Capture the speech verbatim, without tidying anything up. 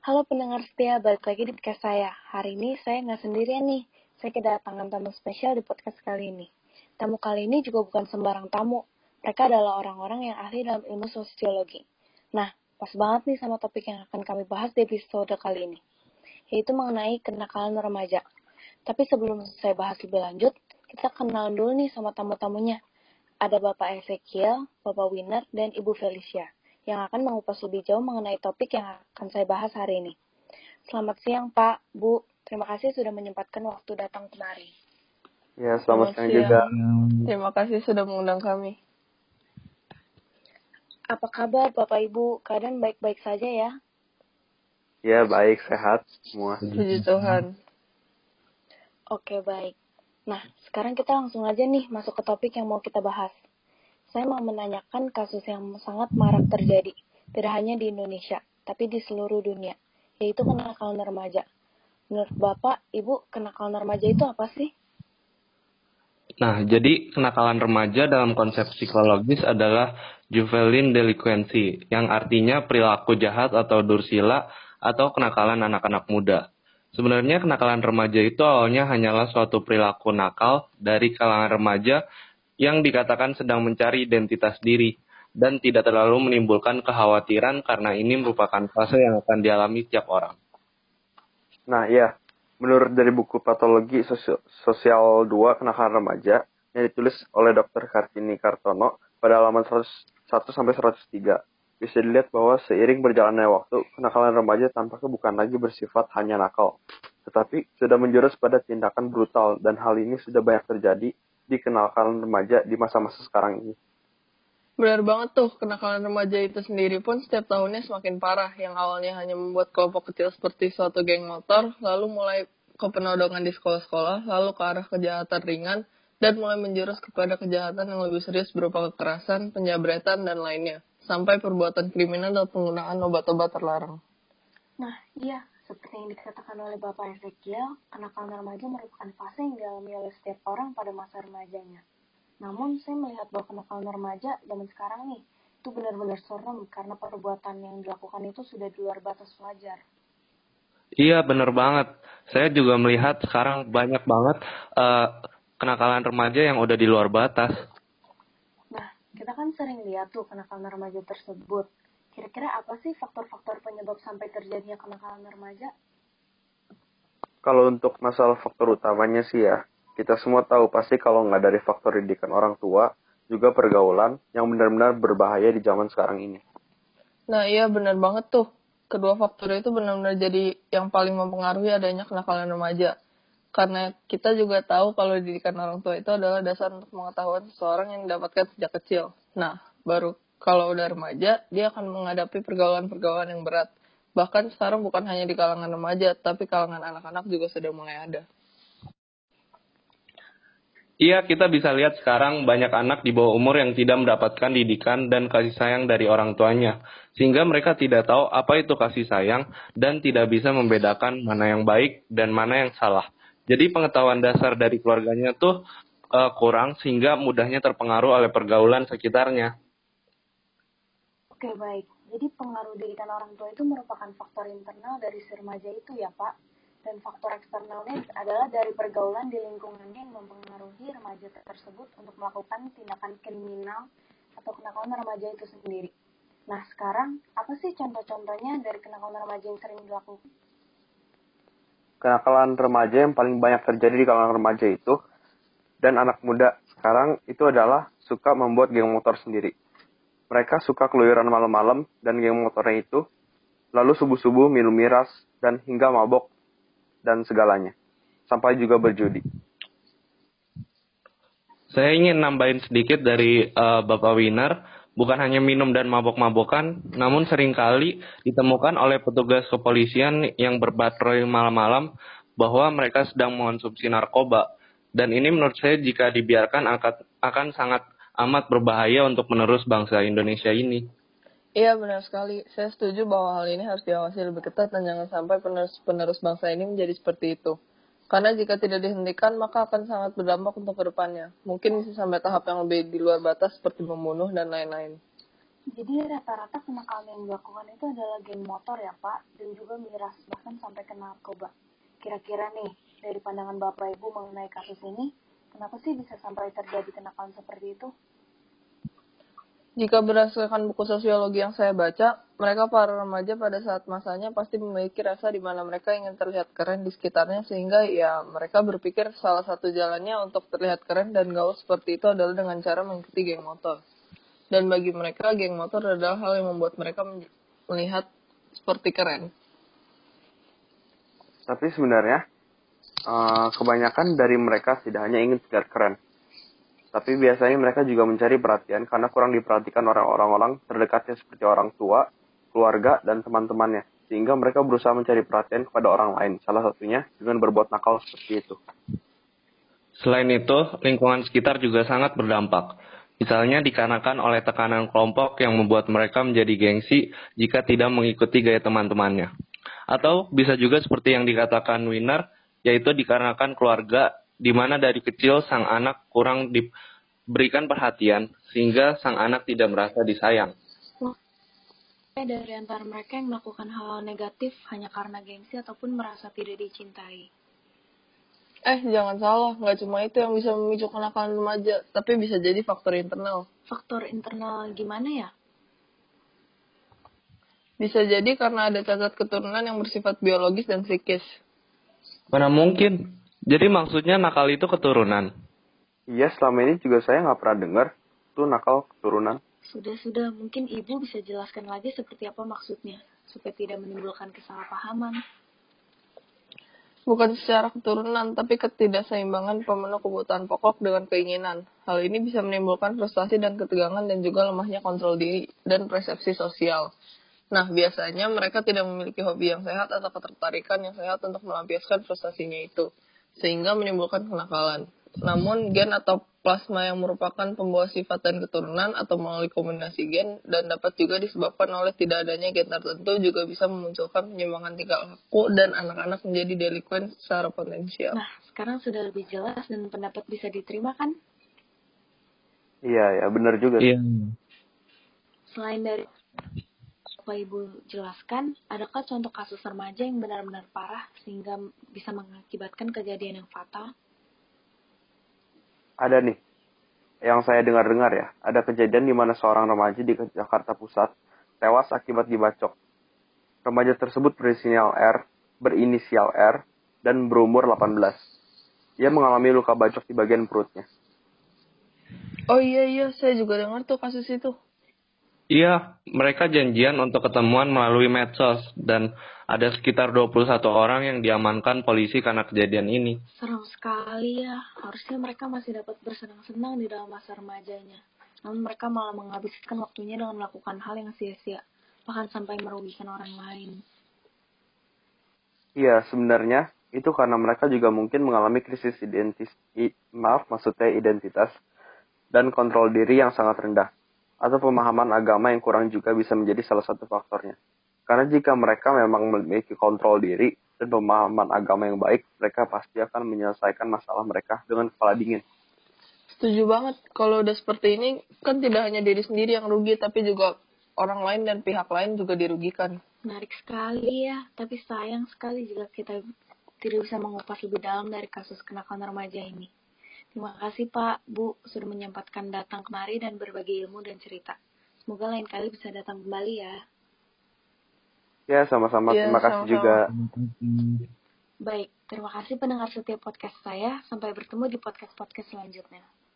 Halo pendengar setia, balik lagi di podcast saya. Hari ini saya nggak sendirian nih. Saya kedatangan tamu spesial di podcast kali ini. Tamu kali ini juga bukan sembarang tamu. Mereka adalah orang-orang yang ahli dalam ilmu sosiologi. Nah, pas banget nih sama topik yang akan kami bahas di episode kali ini, yaitu mengenai kenakalan remaja. Tapi sebelum saya bahas lebih lanjut, kita kenalan dulu nih sama tamu-tamunya. Ada Bapak Ezekiel, Bapak Winner, dan Ibu Felicia, yang akan mengupas lebih jauh mengenai topik yang akan saya bahas hari ini. Selamat siang, Pak, Bu. Terima kasih sudah menyempatkan waktu datang kemari. Ya, selamat, selamat siang juga. Terima kasih sudah mengundang kami. Apa kabar, Bapak Ibu? Keadaan baik-baik saja ya? Ya, baik, sehat semua. Puji Tuhan. Oke, baik. Nah, sekarang kita langsung aja nih masuk ke topik yang mau kita bahas. Saya mau menanyakan kasus yang sangat marak terjadi, tidak hanya di Indonesia, tapi di seluruh dunia, yaitu kenakalan remaja. Menurut Bapak, Ibu, kenakalan remaja itu apa sih? Nah, jadi kenakalan remaja dalam konsep psikologis adalah juvenile delinquency, yang artinya perilaku jahat atau dursila atau kenakalan anak-anak muda. Sebenarnya kenakalan remaja itu awalnya hanyalah suatu perilaku nakal dari kalangan remaja yang dikatakan sedang mencari identitas diri dan tidak terlalu menimbulkan kekhawatiran karena ini merupakan fase yang akan dialami setiap orang. Nah, iya. Menurut dari buku Patologi Sosial, Sosial dua Kenakalan Remaja yang ditulis oleh dokter Kartini Kartono pada halaman seratus satu sampai seratus tiga, bisa dilihat bahwa seiring berjalannya waktu, kenakalan remaja tampaknya bukan lagi bersifat hanya nakal, tetapi sudah menjurus pada tindakan brutal, dan hal ini sudah banyak terjadi di kenakalan remaja di masa-masa sekarang ini. Benar banget tuh, kenakalan remaja itu sendiri pun setiap tahunnya semakin parah, yang awalnya hanya membuat kelompok kecil seperti suatu geng motor, lalu mulai ke penodongan di sekolah-sekolah, lalu ke arah kejahatan ringan, dan mulai menjurus kepada kejahatan yang lebih serius berupa kekerasan, penjabretan, dan lainnya, sampai perbuatan kriminal dan penggunaan obat-obat terlarang. Nah, iya, seperti yang dikatakan oleh Bapak Ezekiel, kenakalan remaja merupakan fase yang dialami oleh setiap orang pada masa remajanya. Namun, saya melihat bahwa kenakalan remaja zaman sekarang nih, itu benar-benar serem karena perbuatan yang dilakukan itu sudah di luar batas wajar. Iya, benar banget. Saya juga melihat sekarang banyak banget uh, kenakalan remaja yang udah di luar batas. Nah, kita kan sering lihat tuh kenakalan remaja tersebut. Kira-kira apa sih faktor-faktor penyebab sampai terjadinya kenakalan remaja? Kalau untuk masalah faktor utamanya sih ya, kita semua tahu pasti kalau nggak dari faktor didikan orang tua, juga pergaulan yang benar-benar berbahaya di zaman sekarang ini. Nah iya benar banget tuh. Kedua faktor itu benar-benar jadi yang paling mempengaruhi adanya kenakalan remaja. Karena kita juga tahu kalau didikan orang tua itu adalah dasar untuk pengetahuan seseorang yang didapatkan sejak kecil. Nah, baru kalau udah remaja, dia akan menghadapi pergaulan-pergaulan yang berat. Bahkan sekarang bukan hanya di kalangan remaja, tapi kalangan anak-anak juga sudah mulai ada. Iya, kita bisa lihat sekarang banyak anak di bawah umur yang tidak mendapatkan didikan dan kasih sayang dari orang tuanya. Sehingga mereka tidak tahu apa itu kasih sayang dan tidak bisa membedakan mana yang baik dan mana yang salah. Jadi pengetahuan dasar dari keluarganya tuh uh, kurang sehingga mudahnya terpengaruh oleh pergaulan sekitarnya. Oke, baik. Jadi pengaruh didikan orang tua itu merupakan faktor internal dari si remaja itu ya, Pak? Dan faktor eksternalnya adalah dari pergaulan di lingkungannya yang mempengaruhi remaja tersebut untuk melakukan tindakan kriminal atau kenakalan remaja itu sendiri. Nah, sekarang apa sih contoh-contohnya dari kenakalan remaja yang sering dilakukan? Kenakalan remaja yang paling banyak terjadi di kalangan remaja itu dan anak muda sekarang itu adalah suka membuat geng motor sendiri. Mereka suka keluyuran malam-malam dan geng motornya itu, lalu subuh-subuh minum miras dan hingga mabok dan segalanya, sampai juga berjudi. Saya ingin nambahin sedikit dari uh, Bapak Winner, bukan hanya minum dan mabok-mabokan, namun seringkali ditemukan oleh petugas kepolisian yang berpatroli malam-malam bahwa mereka sedang mengonsumsi narkoba. Dan ini menurut saya jika dibiarkan akan, akan sangat amat berbahaya untuk menerus bangsa Indonesia ini. Iya benar sekali. Saya setuju bahwa hal ini harus diawasi lebih ketat dan jangan sampai penerus-penerus bangsa ini menjadi seperti itu. Karena jika tidak dihentikan, maka akan sangat berdampak untuk kedepannya. Mungkin bisa sampai tahap yang lebih di luar batas seperti membunuh dan lain-lain. Jadi rata-rata kenakalan yang dilakukan itu adalah geng motor ya Pak, dan juga miras, bahkan sampai ke narkoba. Kira-kira nih, dari pandangan Bapak Ibu mengenai kasus ini, kenapa sih bisa sampai terjadi kenakalan seperti itu? Jika berdasarkan buku sosiologi yang saya baca, mereka para remaja pada saat masanya pasti memiliki rasa di mana mereka ingin terlihat keren di sekitarnya, sehingga ya mereka berpikir salah satu jalannya untuk terlihat keren dan gaul seperti itu adalah dengan cara mengikuti geng motor. Dan bagi mereka, geng motor adalah hal yang membuat mereka melihat seperti keren. Tapi sebenarnya uh, kebanyakan dari mereka tidak hanya ingin sekedar keren, tapi biasanya mereka juga mencari perhatian karena kurang diperhatikan oleh orang-orang terdekatnya seperti orang tua, keluarga, dan teman-temannya. Sehingga mereka berusaha mencari perhatian kepada orang lain, salah satunya dengan berbuat nakal seperti itu. Selain itu, lingkungan sekitar juga sangat berdampak. Misalnya dikarenakan oleh tekanan kelompok yang membuat mereka menjadi gengsi jika tidak mengikuti gaya teman-temannya. Atau bisa juga seperti yang dikatakan Winner, yaitu dikarenakan keluarga di mana dari kecil sang anak kurang diberikan perhatian sehingga sang anak tidak merasa disayang. Dari antara mereka yang melakukan hal negatif hanya karena gengsi ataupun merasa tidak dicintai. Eh, jangan salah, nggak cuma itu yang bisa memicu kenakalan remaja, tapi bisa jadi faktor internal. Faktor internal gimana ya? Bisa jadi karena ada cacat keturunan yang bersifat biologis dan psikis. Mana mungkin? Jadi maksudnya nakal itu keturunan? Iya, selama ini juga saya nggak pernah dengar itu nakal keturunan. Sudah-sudah, mungkin Ibu bisa jelaskan lagi seperti apa maksudnya, supaya tidak menimbulkan kesalahpahaman. Bukan secara keturunan, tapi ketidakseimbangan pemenuh kebutuhan pokok dengan keinginan. Hal ini bisa menimbulkan frustasi dan ketegangan dan juga lemahnya kontrol diri dan persepsi sosial. Nah, biasanya mereka tidak memiliki hobi yang sehat atau ketertarikan yang sehat untuk melampiaskan frustasinya itu, sehingga menimbulkan kenakalan. Namun, gen atau plasma yang merupakan pembawa sifat dan keturunan atau melalui kombinasi gen dan dapat juga disebabkan oleh tidak adanya gen tertentu juga bisa memunculkan penyimpangan tingkah laku dan anak-anak menjadi delikuen secara potensial. Nah, sekarang sudah lebih jelas dan pendapat bisa diterima kan? Iya, ya benar juga. Iya. Selain dari Bapak Ibu jelaskan, adakah contoh kasus remaja yang benar-benar parah sehingga bisa mengakibatkan kejadian yang fatal? Ada nih, yang saya dengar-dengar ya, ada kejadian di mana seorang remaja di Jakarta Pusat tewas akibat dibacok. Remaja tersebut berinisial R, berinisial R, dan berumur delapan belas. Ia mengalami luka bacok di bagian perutnya. Oh iya iya, saya juga dengar tuh kasus itu. Iya, mereka janjian untuk ketemuan melalui medsos dan ada sekitar dua puluh satu orang yang diamankan polisi karena kejadian ini. Serem sekali ya, harusnya mereka masih dapat bersenang-senang di dalam masa remajanya. Namun mereka malah menghabiskan waktunya dengan melakukan hal yang sia-sia, bahkan sampai merugikan orang lain. Iya, sebenarnya itu karena mereka juga mungkin mengalami krisis identitas, maaf maksudnya identitas, dan kontrol diri yang sangat rendah, atau pemahaman agama yang kurang juga bisa menjadi salah satu faktornya. Karena jika mereka memang memiliki kontrol diri dan pemahaman agama yang baik, mereka pasti akan menyelesaikan masalah mereka dengan kepala dingin. Setuju banget, kalau udah seperti ini, kan tidak hanya diri sendiri yang rugi, tapi juga orang lain dan pihak lain juga dirugikan. Menarik sekali ya, tapi sayang sekali jika kita tidak bisa mengupas lebih dalam dari kasus kenakalan remaja ini. Terima kasih Pak, Bu, sudah menyempatkan datang kemari dan berbagi ilmu dan cerita. Semoga lain kali bisa datang kembali ya. Ya, sama-sama. Ya, Terima kasih sama-sama. juga. Baik, terima kasih pendengar setiap podcast saya. Sampai bertemu di podcast-podcast selanjutnya.